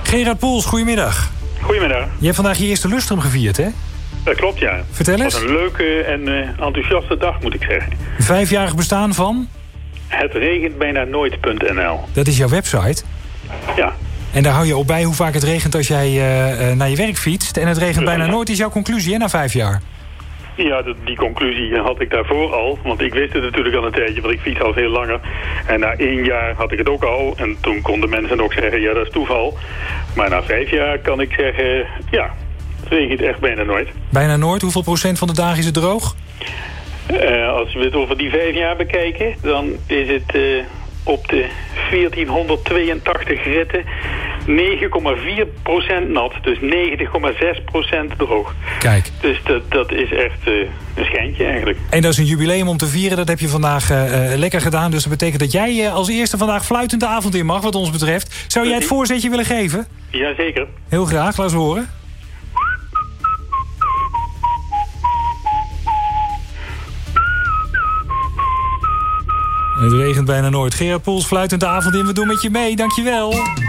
Gerard Poels, goedemiddag. Goedemiddag. Je hebt vandaag je eerste lustrum gevierd, hè? Dat klopt, ja. Vertel eens. Wat een leuke en enthousiaste dag, moet ik zeggen. 5-jarig bestaan van? Het regent bijna nooit.nl. Dat is jouw website? Ja. En daar hou je op bij hoe vaak het regent als jij naar je werk fietst. En het regent bijna nooit is jouw conclusie, hè, na 5 jaar? Ja, die conclusie had ik daarvoor al. Want ik wist het natuurlijk al een tijdje, want ik fiets al veel langer. En na 1 jaar had ik het ook al. En toen konden mensen ook zeggen, ja, dat is toeval. Maar na 5 jaar kan ik zeggen, ja, het regent echt bijna nooit. Bijna nooit? Hoeveel procent van de dagen is het droog? Als we het over die 5 jaar bekijken, dan is het op de 1482 ritten 9,4% nat, dus 90,6% droog. Kijk. Dus dat is echt een schijntje eigenlijk. En dat is een jubileum om te vieren, dat heb je vandaag lekker gedaan. Dus dat betekent dat jij als eerste vandaag fluitend de avond in mag, wat ons betreft. Zou jij het voorzetje willen geven? Jazeker. Heel graag, laat eens horen. Het regent bijna nooit. Gerard Poels, fluitend de avond in. We doen met je mee. Dankjewel.